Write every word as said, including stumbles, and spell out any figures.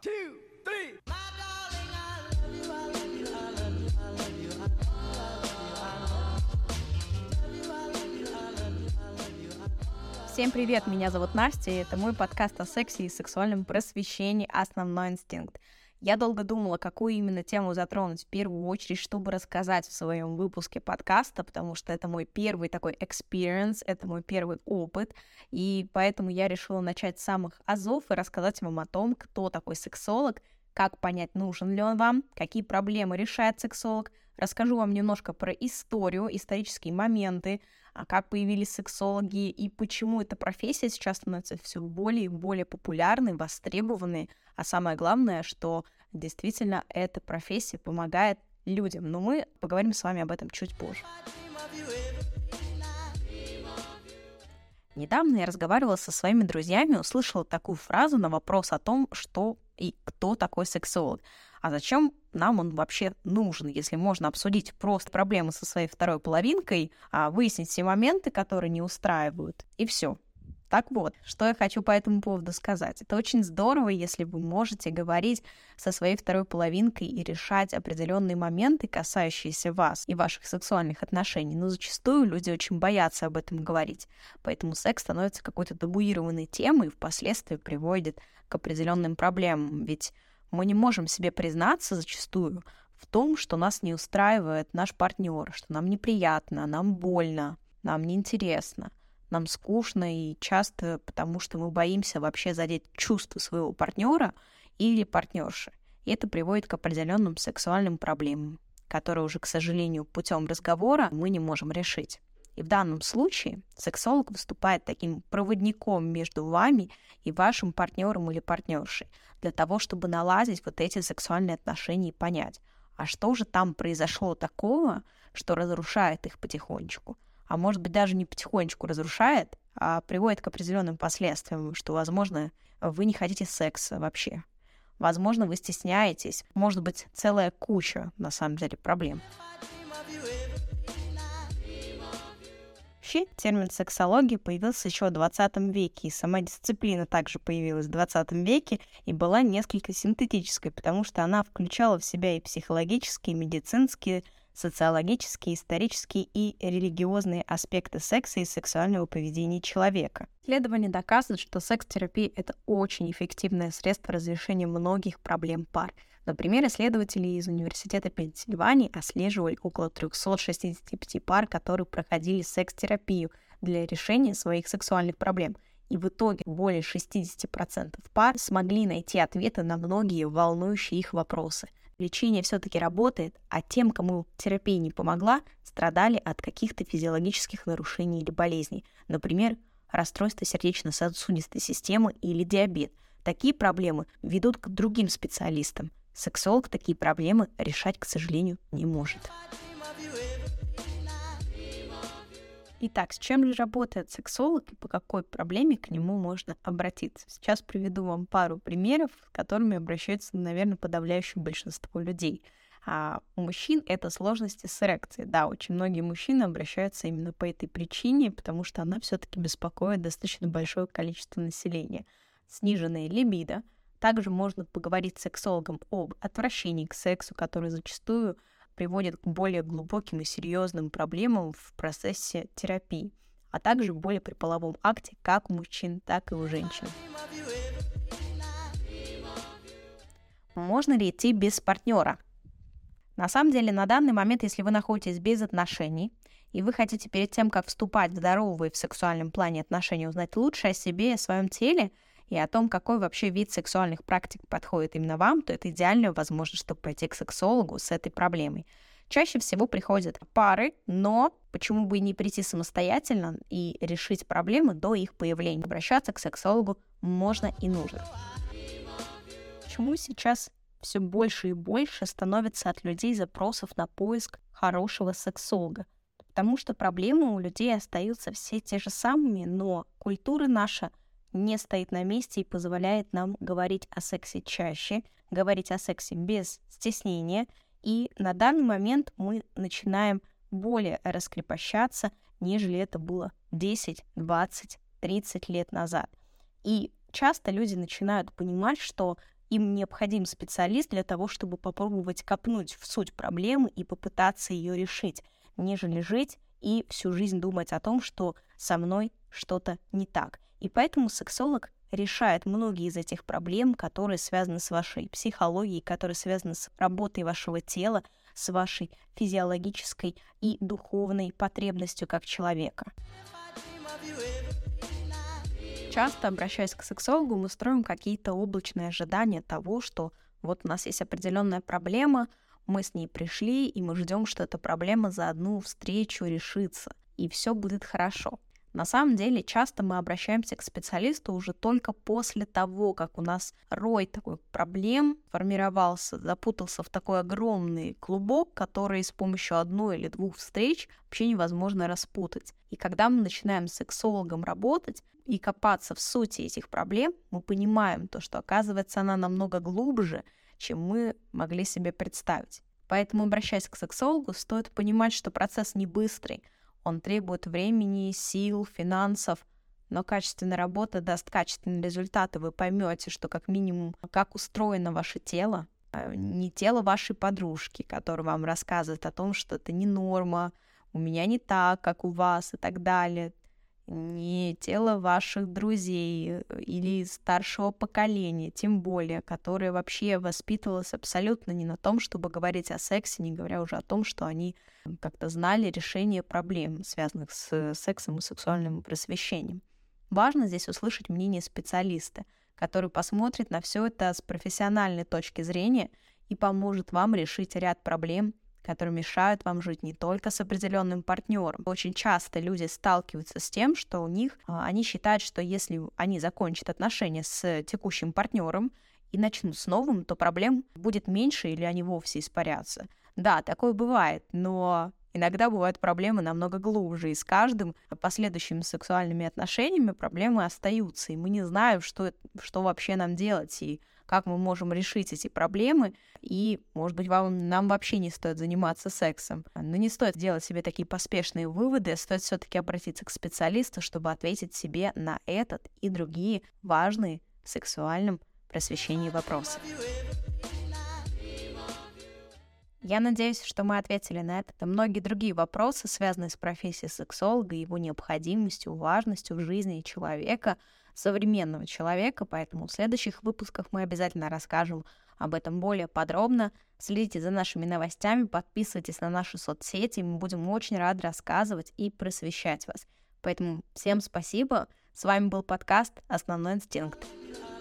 two, three. Всем привет, меня зовут Настя, и это мой подкаст о сексе и сексуальном просвещении «Основной инстинкт». Я долго думала, какую именно тему затронуть в первую очередь, чтобы рассказать в своем выпуске подкаста, потому что это мой первый такой experience, это мой первый опыт, и поэтому я решила начать с самых азов и рассказать вам о том, кто такой сексолог, как понять, нужен ли он вам, какие проблемы решает сексолог. Расскажу вам немножко про историю, исторические моменты, как появились сексологи и почему эта профессия сейчас становится все более и более популярной, востребованной. А самое главное, что действительно эта профессия помогает людям. Но мы поговорим с вами об этом чуть позже. Недавно я разговаривала со своими друзьями, услышала такую фразу на вопрос о том, что и кто такой сексолог. А зачем нам он вообще нужен, если можно обсудить просто проблемы со своей второй половинкой, а выяснить все моменты, которые не устраивают, и все. Так вот, что я хочу по этому поводу сказать. Это очень здорово, если вы можете говорить со своей второй половинкой и решать определенные моменты, касающиеся вас и ваших сексуальных отношений. Но зачастую люди очень боятся об этом говорить. Поэтому секс становится какой-то табуированной темой и впоследствии приводит к определенным проблемам. Ведь мы не можем себе признаться зачастую в том, что нас не устраивает наш партнер, что нам неприятно, нам больно, нам неинтересно. Нам скучно и часто потому, что мы боимся вообще задеть чувства своего партнера или партнерши. И это приводит к определенным сексуальным проблемам, которые уже, к сожалению, путем разговора мы не можем решить. И в данном случае сексолог выступает таким проводником между вами и вашим партнером или партнершей для того, чтобы наладить вот эти сексуальные отношения и понять, а что же там произошло такого, что разрушает их потихонечку. А может быть, даже не потихонечку разрушает, а приводит к определенным последствиям, что, возможно, вы не хотите секса вообще. Возможно, вы стесняетесь. Может быть, целая куча, на самом деле, проблем. Вообще, термин сексология появился еще в двадцатом веке, и сама дисциплина также появилась в двадцатом веке и была несколько синтетической, потому что она включала в себя и психологические, и медицинские, социологические, исторические и религиозные аспекты секса и сексуального поведения человека. Исследования доказывают, что секс-терапия — это очень эффективное средство разрешения многих проблем пар. Например, исследователи из Университета Пенсильвании отслеживали около триста шестьдесят пять пар, которые проходили секс-терапию для решения своих сексуальных проблем. И в итоге более шестьдесят процентов пар смогли найти ответы на многие волнующие их вопросы. Лечение все-таки работает, а тем, кому терапия не помогла, страдали от каких-то физиологических нарушений или болезней. Например, расстройство сердечно-сосудистой системы или диабет. Такие проблемы ведут к другим специалистам. Сексолог такие проблемы решать, к сожалению, не может. Итак, с чем же работает сексолог и по какой проблеме к нему можно обратиться? Сейчас приведу вам пару примеров, с которыми обращаются, наверное, подавляющее большинство людей. А у мужчин это сложности с эрекцией. Да, очень многие мужчины обращаются именно по этой причине, потому что она все-таки беспокоит достаточно большое количество населения. Сниженная либидо. Также можно поговорить с сексологом об отвращении к сексу, который зачастую приводит к более глубоким и серьезным проблемам в процессе терапии, а также боли при половом акте как у мужчин, так и у женщин. Можно ли идти без партнера? На самом деле, на данный момент, если вы находитесь без отношений, и вы хотите перед тем, как вступать в здоровые в сексуальном плане отношения, узнать лучше о себе и о своем теле, и о том, какой вообще вид сексуальных практик подходит именно вам, то это идеальная возможность, чтобы пойти к сексологу с этой проблемой. Чаще всего приходят пары, но почему бы и не прийти самостоятельно и решить проблемы до их появления? Обращаться к сексологу можно и нужно. Почему сейчас все больше и больше становится от людей запросов на поиск хорошего сексолога? Потому что проблемы у людей остаются все те же самыми, но культура наша не стоит на месте и позволяет нам говорить о сексе чаще, говорить о сексе без стеснения. И на данный момент мы начинаем более раскрепощаться, нежели это было десять, двадцать, тридцать лет назад. И часто люди начинают понимать, что им необходим специалист для того, чтобы попробовать копнуть в суть проблемы и попытаться ее решить, нежели жить и всю жизнь думать о том, что со мной что-то не так. И поэтому сексолог решает многие из этих проблем, которые связаны с вашей психологией, которые связаны с работой вашего тела, с вашей физиологической и духовной потребностью как человека. Часто, обращаясь к сексологу, мы строим какие-то облачные ожидания того, что вот у нас есть определенная проблема, мы с ней пришли, и мы ждем, что эта проблема за одну встречу решится, и все будет хорошо. На самом деле, часто мы обращаемся к специалисту уже только после того, как у нас рой такой проблем формировался, запутался в такой огромный клубок, который с помощью одной или двух встреч вообще невозможно распутать. И когда мы начинаем с сексологом работать и копаться в сути этих проблем, мы понимаем то, что, оказывается, она намного глубже, чем мы могли себе представить. Поэтому, обращаясь к сексологу, стоит понимать, что процесс не быстрый. Он требует времени, сил, финансов, но качественная работа даст качественные результаты. Вы поймете, что как минимум, как устроено ваше тело, не тело вашей подружки, которая вам рассказывает о том, что это не норма, у меня не так, как у вас и так далее, не тело ваших друзей или старшего поколения, тем более, которое вообще воспитывалось абсолютно не на том, чтобы говорить о сексе, не говоря уже о том, что они как-то знали решение проблем, связанных с сексом и сексуальным просвещением. Важно здесь услышать мнение специалиста, который посмотрит на все это с профессиональной точки зрения и поможет вам решить ряд проблем, которые мешают вам жить не только с определенным партнером. Очень часто люди сталкиваются с тем, что у них, они считают, что если они закончат отношения с текущим партнером и начнут с новым, то проблем будет меньше или они вовсе испарятся. Да, такое бывает, но иногда бывают проблемы намного глубже, и с каждым последующими сексуальными отношениями проблемы остаются, и мы не знаем, что, что вообще нам делать, и как мы можем решить эти проблемы, и, может быть, вам, нам вообще не стоит заниматься сексом. Но не стоит делать себе такие поспешные выводы, стоит все-таки обратиться к специалисту, чтобы ответить себе на этот и другие важные в сексуальном просвещении вопросы. Я надеюсь, что мы ответили на этот и многие другие вопросы, связанные с профессией сексолога, его необходимостью, важностью в жизни человека, современного человека, поэтому в следующих выпусках мы обязательно расскажем об этом более подробно. Следите за нашими новостями, подписывайтесь на наши соцсети, мы будем очень рады рассказывать и просвещать вас. Поэтому всем спасибо. С вами был подкаст «Основной инстинкт».